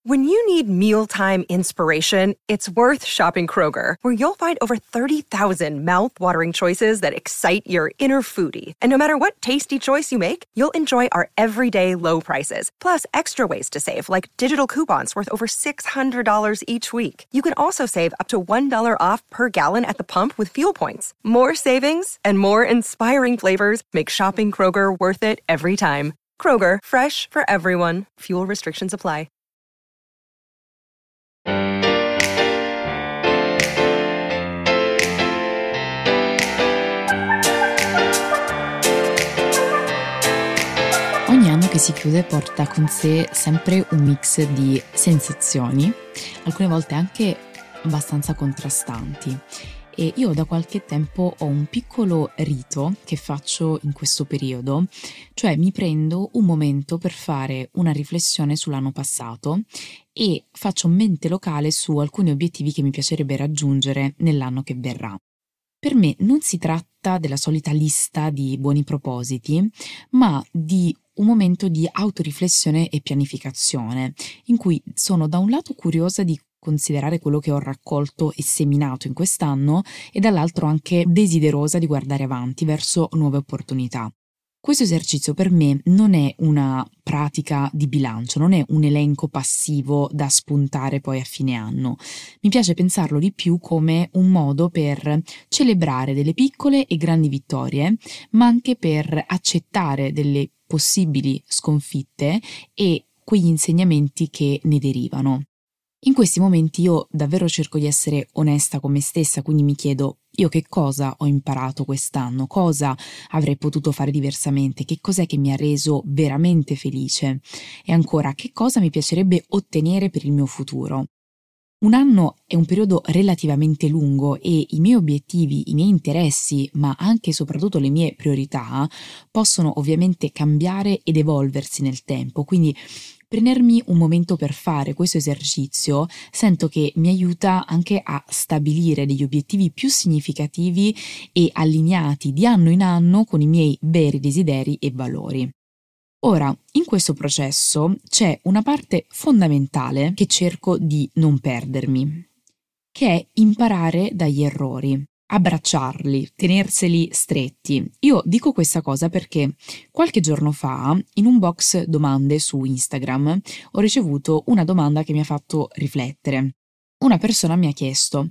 When you need mealtime inspiration, it's worth shopping Kroger, where you'll find over 30,000 mouth-watering choices that excite your inner foodie. And no matter what tasty choice you make, you'll enjoy our everyday low prices, plus extra ways to save, like digital coupons worth over $600 each week. You can also save up to $1 off per gallon at the pump with fuel points. More savings and more inspiring flavors make shopping Kroger worth it every time. Kroger, fresh for everyone. Fuel restrictions apply. Ogni anno che si chiude porta con sé sempre un mix di sensazioni, alcune volte anche abbastanza contrastanti. E io da qualche tempo ho un piccolo rito che faccio in questo periodo, cioè mi prendo un momento per fare una riflessione sull'anno passato e faccio mente locale su alcuni obiettivi che mi piacerebbe raggiungere nell'anno che verrà. Per me non si tratta della solita lista di buoni propositi, ma di un momento di autoriflessione e pianificazione, in cui sono da un lato curiosa di considerare quello che ho raccolto e seminato in quest'anno e dall'altro anche desiderosa di guardare avanti verso nuove opportunità. Questo esercizio per me non è una pratica di bilancio, non è un elenco passivo da spuntare poi a fine anno. Mi piace pensarlo di più come un modo per celebrare delle piccole e grandi vittorie, ma anche per accettare delle possibili sconfitte e quegli insegnamenti che ne derivano. In questi momenti io davvero cerco di essere onesta con me stessa, quindi mi chiedo io che cosa ho imparato quest'anno, cosa avrei potuto fare diversamente, che cos'è che mi ha reso veramente felice e ancora che cosa mi piacerebbe ottenere per il mio futuro. Un anno è un periodo relativamente lungo e i miei obiettivi, i miei interessi, ma anche e soprattutto le mie priorità possono ovviamente cambiare ed evolversi nel tempo, quindi prendermi un momento per fare questo esercizio sento che mi aiuta anche a stabilire degli obiettivi più significativi e allineati di anno in anno con i miei veri desideri e valori. Ora, in questo processo c'è una parte fondamentale che cerco di non perdermi, che è imparare dagli errori, abbracciarli, tenerseli stretti. Io dico questa cosa perché qualche giorno fa, in un box domande su Instagram, ho ricevuto una domanda che mi ha fatto riflettere. Una persona mi ha chiesto: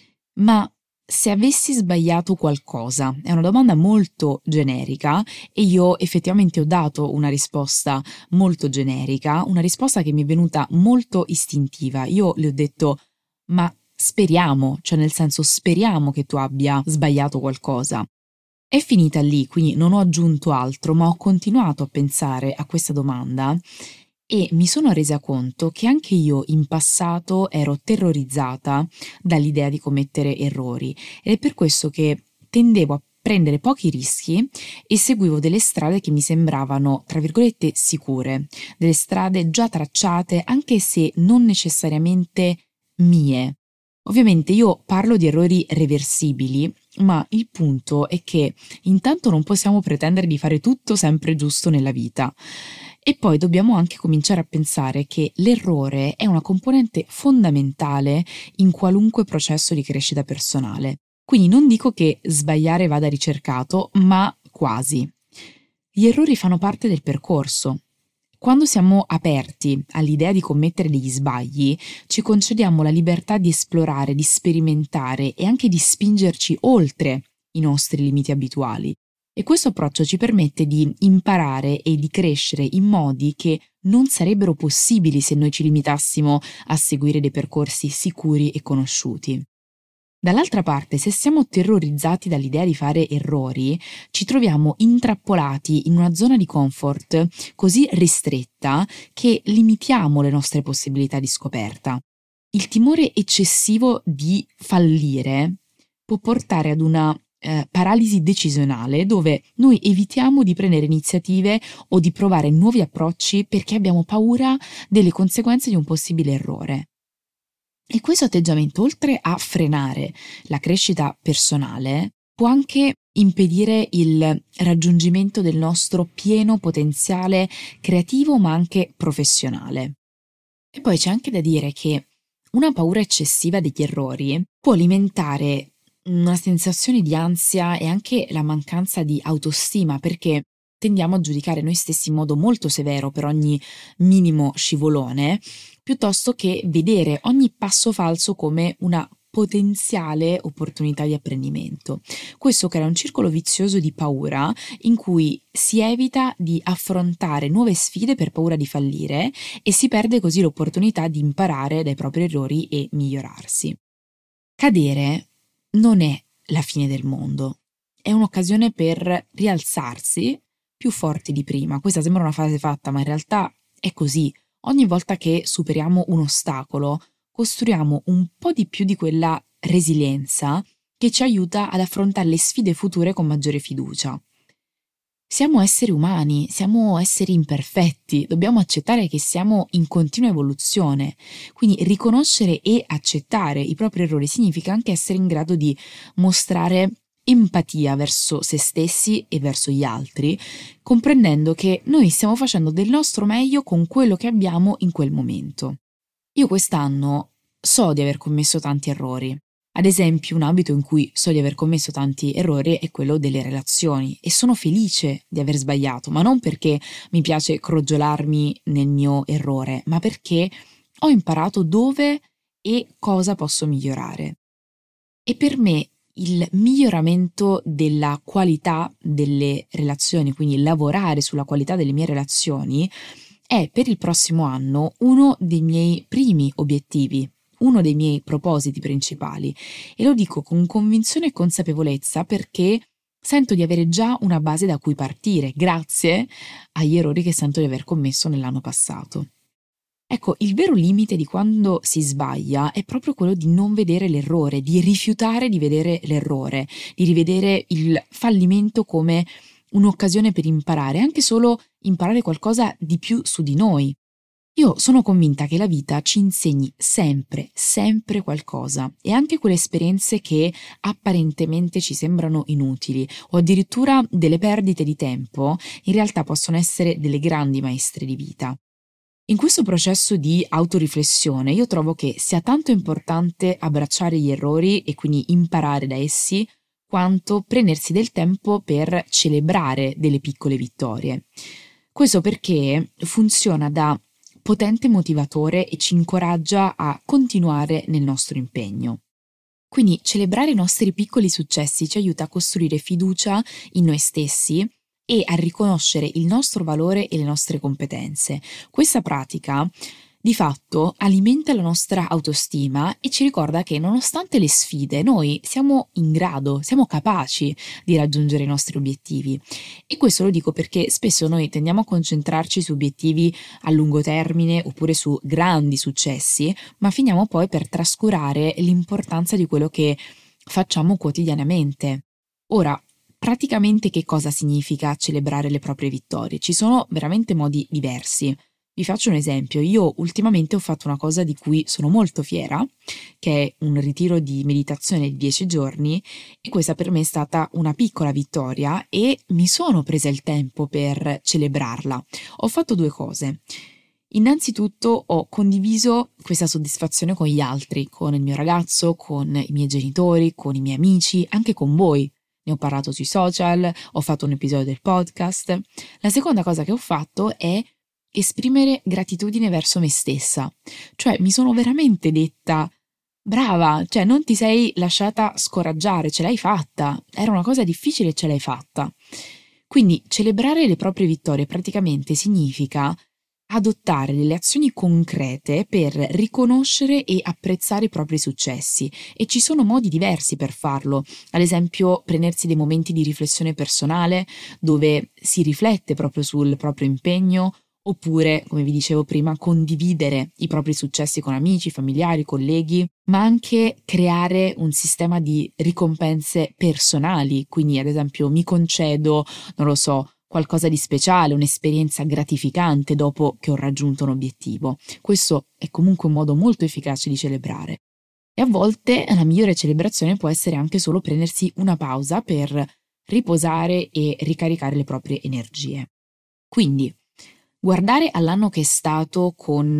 ma se avessi sbagliato qualcosa? È una domanda molto generica e io effettivamente ho dato una risposta molto generica, una risposta che mi è venuta molto istintiva. Io le ho detto: ma speriamo, cioè nel senso speriamo che tu abbia sbagliato qualcosa. È finita lì, quindi non ho aggiunto altro, ma ho continuato a pensare a questa domanda e mi sono resa conto che anche io in passato ero terrorizzata dall'idea di commettere errori ed è per questo che tendevo a prendere pochi rischi e seguivo delle strade che mi sembravano, tra virgolette, sicure, delle strade già tracciate, anche se non necessariamente mie. Ovviamente io parlo di errori reversibili, ma il punto è che intanto non possiamo pretendere di fare tutto sempre giusto nella vita. E poi dobbiamo anche cominciare a pensare che l'errore è una componente fondamentale in qualunque processo di crescita personale. Quindi non dico che sbagliare vada ricercato, ma quasi. Gli errori fanno parte del percorso. Quando siamo aperti all'idea di commettere degli sbagli, ci concediamo la libertà di esplorare, di sperimentare e anche di spingerci oltre i nostri limiti abituali. E questo approccio ci permette di imparare e di crescere in modi che non sarebbero possibili se noi ci limitassimo a seguire dei percorsi sicuri e conosciuti. Dall'altra parte, se siamo terrorizzati dall'idea di fare errori, ci troviamo intrappolati in una zona di comfort così ristretta che limitiamo le nostre possibilità di scoperta. Il timore eccessivo di fallire può portare ad una paralisi decisionale dove noi evitiamo di prendere iniziative o di provare nuovi approcci perché abbiamo paura delle conseguenze di un possibile errore. E questo atteggiamento, oltre a frenare la crescita personale, può anche impedire il raggiungimento del nostro pieno potenziale creativo ma anche professionale. E poi c'è anche da dire che una paura eccessiva degli errori può alimentare una sensazione di ansia e anche la mancanza di autostima, perché tendiamo a giudicare noi stessi in modo molto severo per ogni minimo scivolone, piuttosto che vedere ogni passo falso come una potenziale opportunità di apprendimento. Questo crea un circolo vizioso di paura in cui si evita di affrontare nuove sfide per paura di fallire e si perde così l'opportunità di imparare dai propri errori e migliorarsi. Cadere non è la fine del mondo, è un'occasione per rialzarsi più forti di prima. Questa sembra una frase fatta, ma in realtà è così. Ogni volta che superiamo un ostacolo, costruiamo un po' di più di quella resilienza che ci aiuta ad affrontare le sfide future con maggiore fiducia. Siamo esseri umani, siamo esseri imperfetti, dobbiamo accettare che siamo in continua evoluzione, quindi riconoscere e accettare i propri errori significa anche essere in grado di mostrare empatia verso se stessi e verso gli altri, comprendendo che noi stiamo facendo del nostro meglio con quello che abbiamo in quel momento. Io quest'anno so di aver commesso tanti errori. Ad esempio, un ambito in cui so di aver commesso tanti errori è quello delle relazioni e sono felice di aver sbagliato, ma non perché mi piace crogiolarmi nel mio errore, ma perché ho imparato dove e cosa posso migliorare. E per me il miglioramento della qualità delle relazioni, quindi lavorare sulla qualità delle mie relazioni, è per il prossimo anno uno dei miei primi obiettivi, uno dei miei propositi principali, e lo dico con convinzione e consapevolezza perché sento di avere già una base da cui partire, grazie agli errori che sento di aver commesso nell'anno passato. Ecco, il vero limite di quando si sbaglia è proprio quello di non vedere l'errore, di rifiutare di vedere l'errore, di rivedere il fallimento come un'occasione per imparare, anche solo imparare qualcosa di più su di noi. Io sono convinta che la vita ci insegni sempre, sempre qualcosa, e anche quelle esperienze che apparentemente ci sembrano inutili o addirittura delle perdite di tempo, in realtà possono essere delle grandi maestre di vita. In questo processo di autoriflessione io trovo che sia tanto importante abbracciare gli errori e quindi imparare da essi, quanto prendersi del tempo per celebrare delle piccole vittorie. Questo perché funziona da potente motivatore e ci incoraggia a continuare nel nostro impegno. Quindi celebrare i nostri piccoli successi ci aiuta a costruire fiducia in noi stessi e a riconoscere il nostro valore e le nostre competenze. Questa pratica di fatto alimenta la nostra autostima e ci ricorda che nonostante le sfide noi siamo in grado, siamo capaci di raggiungere i nostri obiettivi. E questo lo dico perché spesso noi tendiamo a concentrarci su obiettivi a lungo termine oppure su grandi successi, ma finiamo poi per trascurare l'importanza di quello che facciamo quotidianamente. Ora, praticamente che cosa significa celebrare le proprie vittorie? Ci sono veramente modi diversi. Vi faccio un esempio, io ultimamente ho fatto una cosa di cui sono molto fiera, che è un ritiro di meditazione di 10 giorni e questa per me è stata una piccola vittoria e mi sono presa il tempo per celebrarla. Ho fatto due cose. Innanzitutto ho condiviso questa soddisfazione con gli altri, con il mio ragazzo, con i miei genitori, con i miei amici, anche con voi. Ne ho parlato sui social, ho fatto un episodio del podcast. La seconda cosa che ho fatto è esprimere gratitudine verso me stessa, cioè mi sono veramente detta brava, cioè non ti sei lasciata scoraggiare, ce l'hai fatta, era una cosa difficile e ce l'hai fatta. Quindi celebrare le proprie vittorie praticamente significa adottare delle azioni concrete per riconoscere e apprezzare i propri successi e ci sono modi diversi per farlo, ad esempio prendersi dei momenti di riflessione personale dove si riflette proprio sul proprio impegno. Oppure, come vi dicevo prima, condividere i propri successi con amici, familiari, colleghi, ma anche creare un sistema di ricompense personali. Quindi, ad esempio, mi concedo, non lo so, qualcosa di speciale, un'esperienza gratificante dopo che ho raggiunto un obiettivo. Questo è comunque un modo molto efficace di celebrare. E a volte la migliore celebrazione può essere anche solo prendersi una pausa per riposare e ricaricare le proprie energie. Quindi, guardare all'anno che è stato con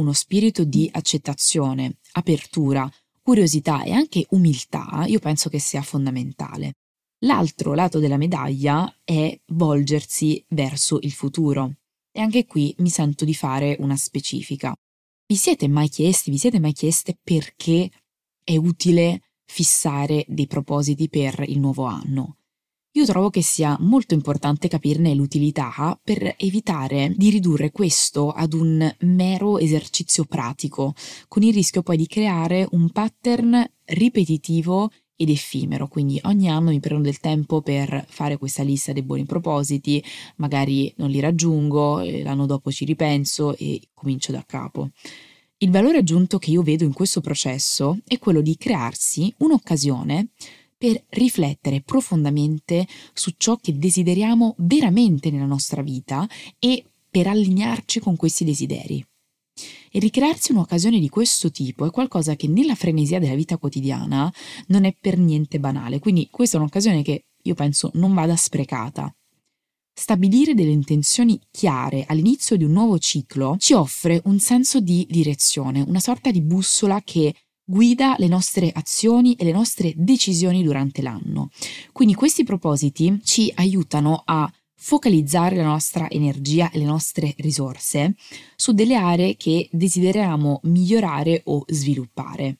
uno spirito di accettazione, apertura, curiosità e anche umiltà, io penso che sia fondamentale. L'altro lato della medaglia è volgersi verso il futuro. E anche qui mi sento di fare una specifica. Vi siete mai chieste perché è utile fissare dei propositi per il nuovo anno? Io trovo che sia molto importante capirne l'utilità per evitare di ridurre questo ad un mero esercizio pratico, con il rischio poi di creare un pattern ripetitivo ed effimero. Quindi ogni anno mi prendo del tempo per fare questa lista dei buoni propositi, magari non li raggiungo, l'anno dopo ci ripenso e comincio da capo. Il valore aggiunto che io vedo in questo processo è quello di crearsi un'occasione per riflettere profondamente su ciò che desideriamo veramente nella nostra vita e per allinearci con questi desideri. E ricrearsi un'occasione di questo tipo è qualcosa che nella frenesia della vita quotidiana non è per niente banale, quindi questa è un'occasione che io penso non vada sprecata. Stabilire delle intenzioni chiare all'inizio di un nuovo ciclo ci offre un senso di direzione, una sorta di bussola che guida le nostre azioni e le nostre decisioni durante l'anno. Quindi questi propositi ci aiutano a focalizzare la nostra energia e le nostre risorse su delle aree che desideriamo migliorare o sviluppare.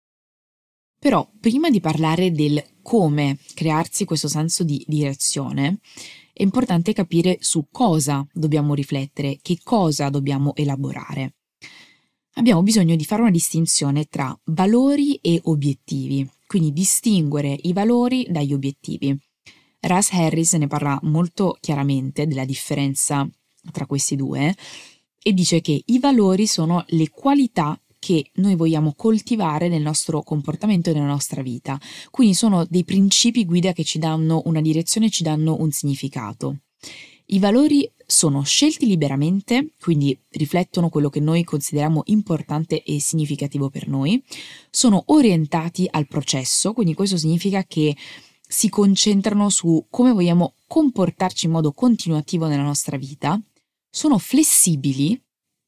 Però prima di parlare del come crearsi questo senso di direzione, è importante capire su cosa dobbiamo riflettere, che cosa dobbiamo elaborare. Abbiamo bisogno di fare una distinzione tra valori e obiettivi, quindi distinguere i valori dagli obiettivi. Russ Harris ne parla molto chiaramente della differenza tra questi due e dice che i valori sono le qualità che noi vogliamo coltivare nel nostro comportamento e nella nostra vita, quindi sono dei principi guida che ci danno una direzione, ci danno un significato. I valori sono scelti liberamente, quindi riflettono quello che noi consideriamo importante e significativo per noi, sono orientati al processo, quindi questo significa che si concentrano su come vogliamo comportarci in modo continuativo nella nostra vita, sono flessibili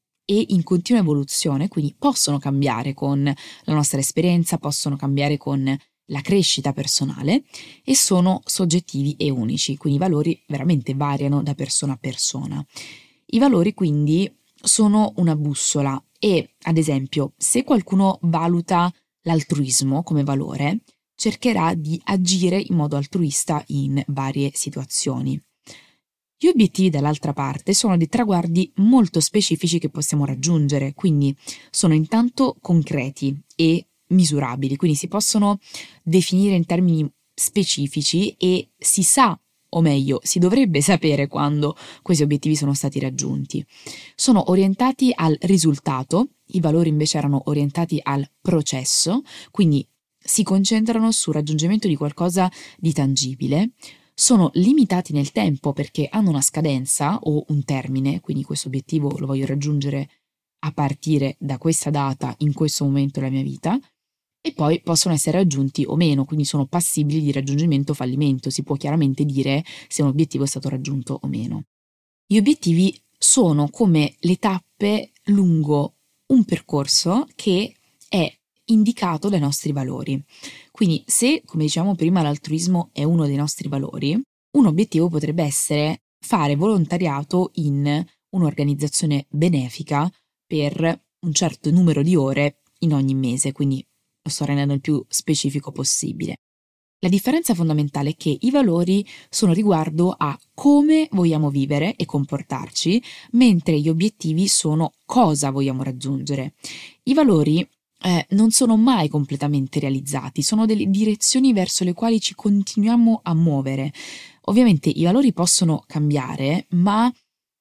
e in continua evoluzione, quindi possono cambiare con la nostra esperienza, possono cambiare con la crescita personale e sono soggettivi e unici, quindi i valori veramente variano da persona a persona. I valori quindi sono una bussola e, ad esempio, se qualcuno valuta l'altruismo come valore, cercherà di agire in modo altruista in varie situazioni. Gli obiettivi dall'altra parte sono dei traguardi molto specifici che possiamo raggiungere, quindi sono intanto concreti e misurabili, quindi si possono definire in termini specifici e si sa, o meglio, si dovrebbe sapere quando questi obiettivi sono stati raggiunti. Sono orientati al risultato, i valori invece erano orientati al processo, quindi si concentrano sul raggiungimento di qualcosa di tangibile, sono limitati nel tempo perché hanno una scadenza o un termine, quindi questo obiettivo lo voglio raggiungere a partire da questa data in questo momento della mia vita, e poi possono essere raggiunti o meno, quindi sono passibili di raggiungimento o fallimento, si può chiaramente dire se un obiettivo è stato raggiunto o meno. Gli obiettivi sono come le tappe lungo un percorso che è indicato dai nostri valori. Quindi se, come dicevamo prima, l'altruismo è uno dei nostri valori, un obiettivo potrebbe essere fare volontariato in un'organizzazione benefica per un certo numero di ore in ogni mese, quindi lo sto rendendo il più specifico possibile. La differenza fondamentale è che i valori sono riguardo a come vogliamo vivere e comportarci, mentre gli obiettivi sono cosa vogliamo raggiungere. I valori non sono mai completamente realizzati, sono delle direzioni verso le quali ci continuiamo a muovere. Ovviamente i valori possono cambiare, ma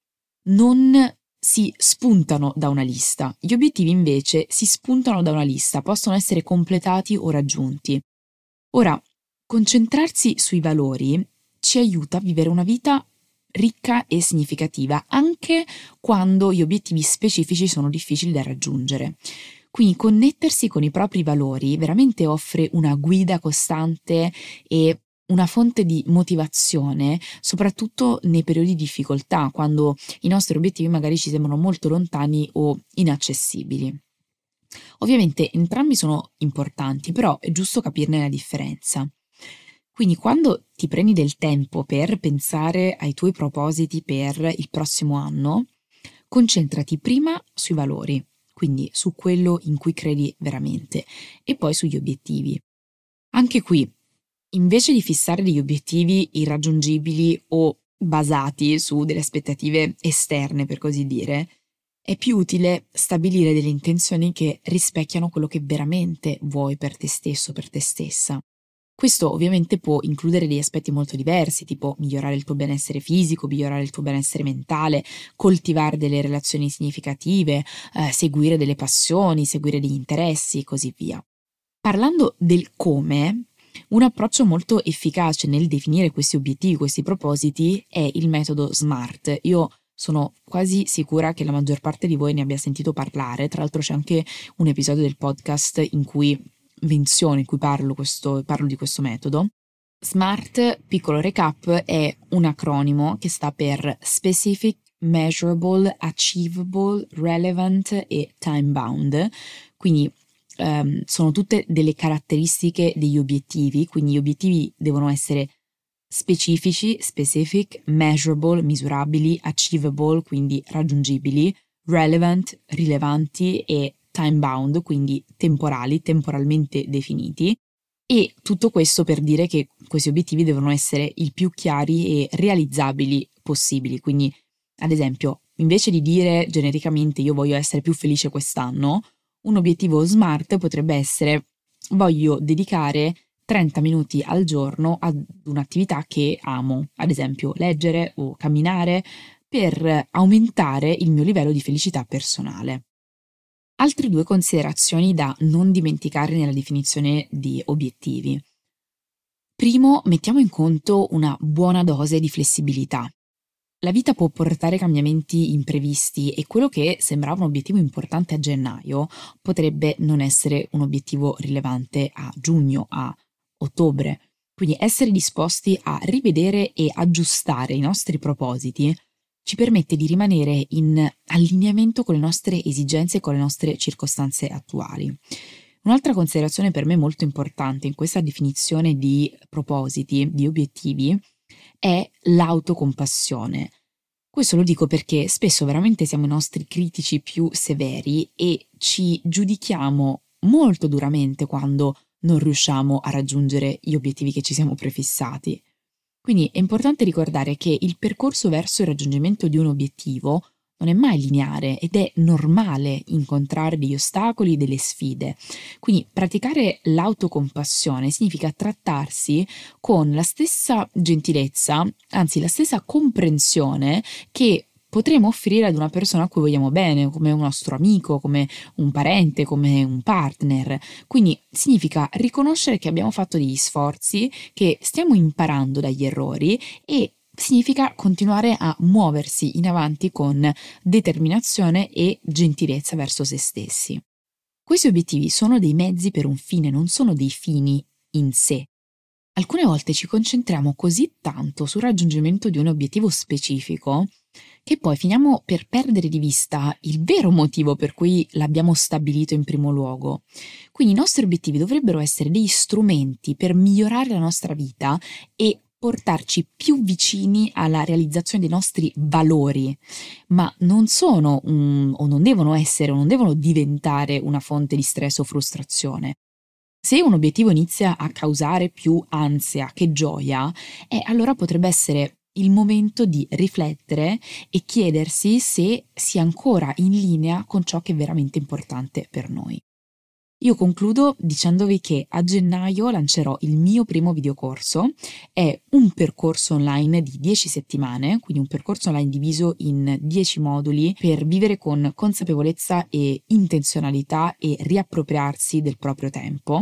non si spuntano da una lista. Gli obiettivi invece si spuntano da una lista, possono essere completati o raggiunti. Ora, concentrarsi sui valori ci aiuta a vivere una vita ricca e significativa, anche quando gli obiettivi specifici sono difficili da raggiungere. Quindi connettersi con i propri valori veramente offre una guida costante e una fonte di motivazione, soprattutto nei periodi di difficoltà, quando i nostri obiettivi magari ci sembrano molto lontani o inaccessibili. Ovviamente entrambi sono importanti, però è giusto capirne la differenza. Quindi quando ti prendi del tempo per pensare ai tuoi propositi per il prossimo anno, concentrati prima sui valori, quindi su quello in cui credi veramente, e poi sugli obiettivi. Anche qui, invece di fissare degli obiettivi irraggiungibili o basati su delle aspettative esterne, per così dire, è più utile stabilire delle intenzioni che rispecchiano quello che veramente vuoi per te stesso, per te stessa. Questo ovviamente può includere degli aspetti molto diversi, tipo migliorare il tuo benessere fisico, migliorare il tuo benessere mentale, coltivare delle relazioni significative, seguire delle passioni, seguire degli interessi e così via. Parlando del come, un approccio molto efficace nel definire questi obiettivi, questi propositi, è il metodo SMART. Io sono quasi sicura che la maggior parte di voi ne abbia sentito parlare, tra l'altro c'è anche un episodio del podcast in cui parlo di questo metodo. SMART, piccolo recap, è un acronimo che sta per Specific, Measurable, Achievable, Relevant e Time Bound, quindi sono tutte delle caratteristiche degli obiettivi, quindi gli obiettivi devono essere specifici, specific, measurable, misurabili, achievable, quindi raggiungibili, relevant, rilevanti e time bound, quindi temporali, temporalmente definiti. E tutto questo per dire che questi obiettivi devono essere il più chiari e realizzabili possibili. Quindi, ad esempio, invece di dire genericamente io voglio essere più felice quest'anno, un obiettivo SMART potrebbe essere voglio dedicare 30 minuti al giorno ad un'attività che amo, ad esempio leggere o camminare, per aumentare il mio livello di felicità personale. Altre 2 considerazioni da non dimenticare nella definizione di obiettivi. Primo, mettiamo in conto una buona dose di flessibilità. La vita può portare cambiamenti imprevisti e quello che sembrava un obiettivo importante a gennaio potrebbe non essere un obiettivo rilevante a giugno, a ottobre. Quindi essere disposti a rivedere e aggiustare i nostri propositi ci permette di rimanere in allineamento con le nostre esigenze e con le nostre circostanze attuali. Un'altra considerazione per me molto importante in questa definizione di propositi, di obiettivi, è l'autocompassione. Questo lo dico perché spesso veramente siamo i nostri critici più severi e ci giudichiamo molto duramente quando non riusciamo a raggiungere gli obiettivi che ci siamo prefissati. Quindi è importante ricordare che il percorso verso il raggiungimento di un obiettivo non è mai lineare ed è normale incontrare degli ostacoli, delle sfide. Quindi praticare l'autocompassione significa trattarsi con la stessa gentilezza, anzi la stessa comprensione che potremo offrire ad una persona a cui vogliamo bene, come un nostro amico, come un parente, come un partner. Quindi significa riconoscere che abbiamo fatto degli sforzi, che stiamo imparando dagli errori e significa continuare a muoversi in avanti con determinazione e gentilezza verso se stessi. Questi obiettivi sono dei mezzi per un fine, non sono dei fini in sé. Alcune volte ci concentriamo così tanto sul raggiungimento di un obiettivo specifico che poi finiamo per perdere di vista il vero motivo per cui l'abbiamo stabilito in primo luogo. Quindi i nostri obiettivi dovrebbero essere degli strumenti per migliorare la nostra vita e portarci più vicini alla realizzazione dei nostri valori, ma non sono o non devono essere o non devono diventare una fonte di stress o frustrazione. Se un obiettivo inizia a causare più ansia che gioia, allora potrebbe essere il momento di riflettere e chiedersi se sia ancora in linea con ciò che è veramente importante per noi. Io concludo dicendovi che a gennaio lancerò il mio primo videocorso. È un percorso online di 10 settimane, quindi un percorso online diviso in 10 moduli per vivere con consapevolezza e intenzionalità e riappropriarsi del proprio tempo.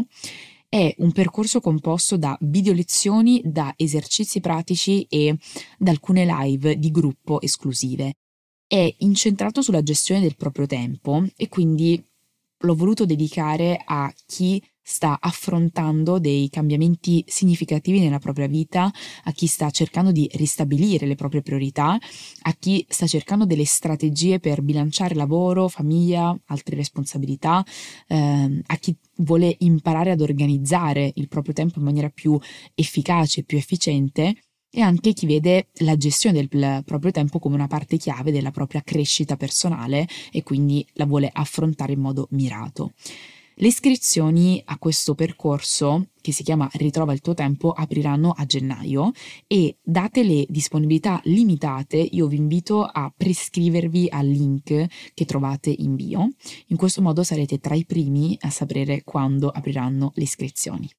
È un percorso composto da video lezioni, da esercizi pratici e da alcune live di gruppo esclusive. È incentrato sulla gestione del proprio tempo e quindi l'ho voluto dedicare a chi sta affrontando dei cambiamenti significativi nella propria vita, a chi sta cercando di ristabilire le proprie priorità, a chi sta cercando delle strategie per bilanciare lavoro, famiglia, altre responsabilità, a chi vuole imparare ad organizzare il proprio tempo in maniera più efficace, più efficiente, e anche chi vede la gestione del proprio tempo come una parte chiave della propria crescita personale e quindi la vuole affrontare in modo mirato. Le iscrizioni a questo percorso, che si chiama Ritrova il tuo tempo, apriranno a gennaio e, date le disponibilità limitate, io vi invito a prescrivervi al link che trovate in bio. In questo modo sarete tra i primi a sapere quando apriranno le iscrizioni.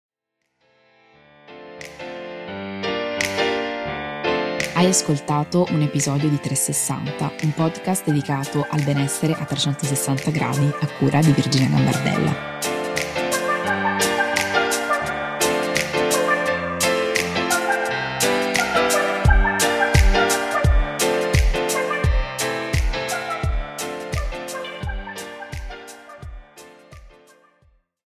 Hai ascoltato un episodio di 360, un podcast dedicato al benessere a 360 gradi a cura di Virginia Gambardella.